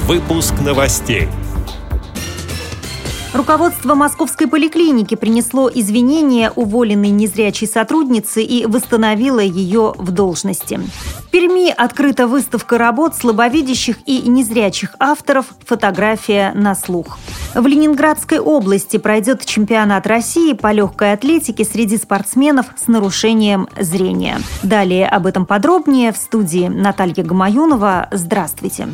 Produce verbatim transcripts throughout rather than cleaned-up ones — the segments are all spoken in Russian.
Выпуск новостей. Руководство Московской поликлиники принесло извинения уволенной незрячей сотруднице и восстановило ее в должности. В Перми открыта выставка работ слабовидящих и незрячих авторов «Фотография на слух». В Ленинградской области пройдет чемпионат России по легкой атлетике среди спортсменов с нарушением зрения. Далее об этом подробнее в студии Наталья Гамаюнова. Здравствуйте.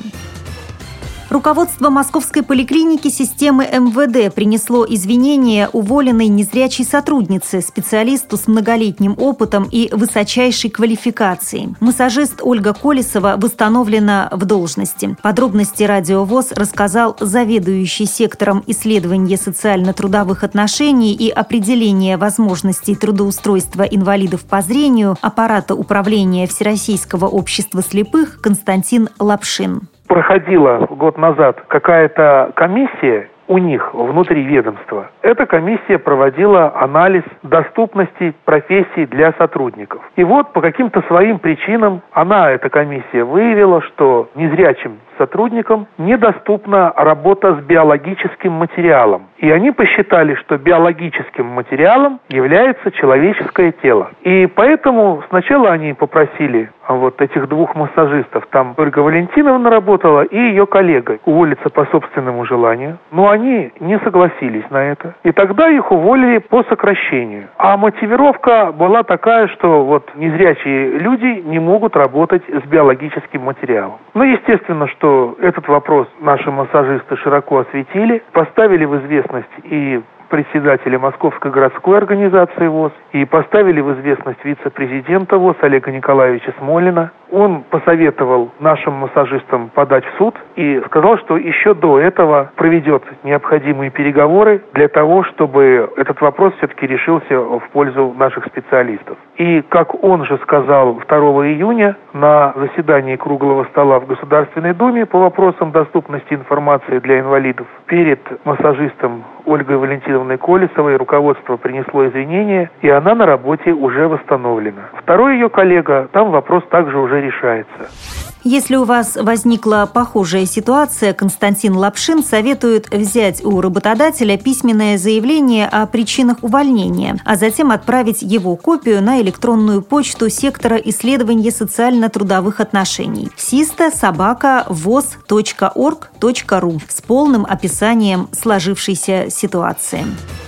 Руководство Московской поликлиники системы эм вэ дэ принесло извинения уволенной незрячей сотруднице, специалисту с многолетним опытом и высочайшей квалификацией. Массажист Ольга Колесова восстановлена в должности. Подробности Радио ВОС рассказал заведующий сектором исследования социально-трудовых отношений и определения возможностей трудоустройства инвалидов по зрению аппарата управления Всероссийского общества слепых Константин Лапшин. Проходила год назад какая-то комиссия у них внутри ведомства. Эта комиссия проводила анализ доступности профессий для сотрудников. И вот по каким-то своим причинам она, эта комиссия, выявила, что незрячим сотрудникам недоступна работа с биологическим материалом. И они посчитали, что биологическим материалом является человеческое тело. И поэтому сначала они попросили вот этих двух массажистов, там Ольга Валентиновна работала и ее коллега, уволиться по собственному желанию. Но они не согласились на это. И тогда их уволили по сокращению. А мотивировка была такая, что вот незрячие люди не могут работать с биологическим материалом. Ну, естественно, что этот вопрос наши массажисты широко осветили, поставили в известность и председателя Московской городской организации ВОС и поставили в известность вице-президента ВОС Олега Николаевича Смолина. Он посоветовал нашим массажистам подать в суд и сказал, что еще до этого проведет необходимые переговоры для того, чтобы этот вопрос все-таки решился в пользу наших специалистов. И, как он же сказал второго июня на заседании круглого стола в Государственной Думе по вопросам доступности информации для инвалидов, перед массажистом Ольгой Валентиновной Колесовой руководство принесло извинения, и она на работе уже восстановлена. Второй ее коллега, там вопрос также уже решается. Если у вас возникла похожая ситуация, Константин Лапшин советует взять у работодателя письменное заявление о причинах увольнения, а затем отправить его копию на электронную почту сектора исследования социально-трудовых отношений систа собака вос точка орг точка ру с полным описанием сложившейся ситуации.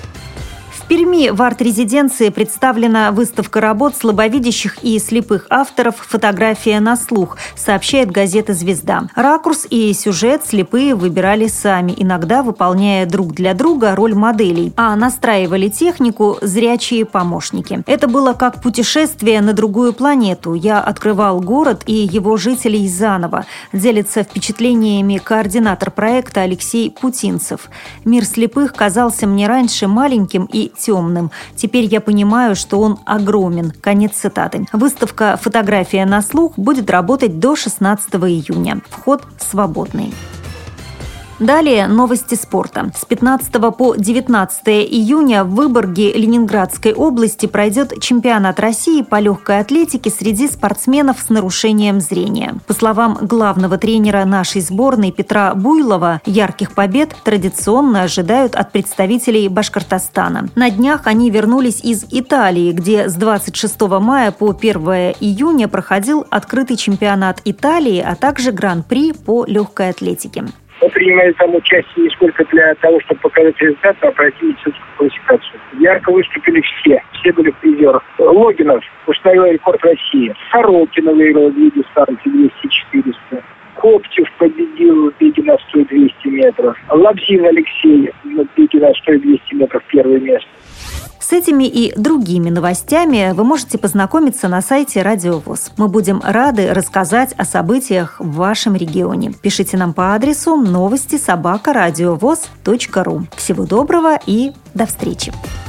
В Перми в арт-резиденции представлена выставка работ слабовидящих и слепых авторов «Фотография на слух», сообщает газета «Звезда». Ракурс и сюжет слепые выбирали сами, иногда выполняя друг для друга роль моделей, а настраивали технику зрячие помощники. Это было как путешествие на другую планету. Я открывал город и его жителей заново. Делится впечатлениями координатор проекта Алексей Путинцев. Мир слепых казался мне раньше маленьким и темным. Теперь я понимаю, что он огромен. Конец цитаты. Выставка «Фотография на слух» будет работать до шестнадцатого июня. Вход свободный. Далее новости спорта. С пятнадцатого по девятнадцатое июня в Выборге Ленинградской области пройдет чемпионат России по легкой атлетике среди спортсменов с нарушением зрения. По словам главного тренера нашей сборной Петра Буйлова, ярких побед традиционно ожидают от представителей Башкортостана. На днях они вернулись из Италии, где с двадцать шестого мая по первого июня проходил открытый чемпионат Италии, а также гран-при по легкой атлетике. Мы принимали там участие не сколько для того, чтобы показать результат, а пройти медицинскую классификацию. Ярко выступили все. Все были в призерах. Логинов установил рекорд России. Сорокина выиграла две дистанции двести-четыреста. Коптев победил в беге на сто двести метров. Лабзин Алексей в беге на сто двести метров первое место. С этими и другими новостями вы можете познакомиться на сайте Радио ВОС. Мы будем рады рассказать о событиях в вашем регионе. Пишите нам по адресу новости собака радиовос точка ру. Всего доброго и до встречи!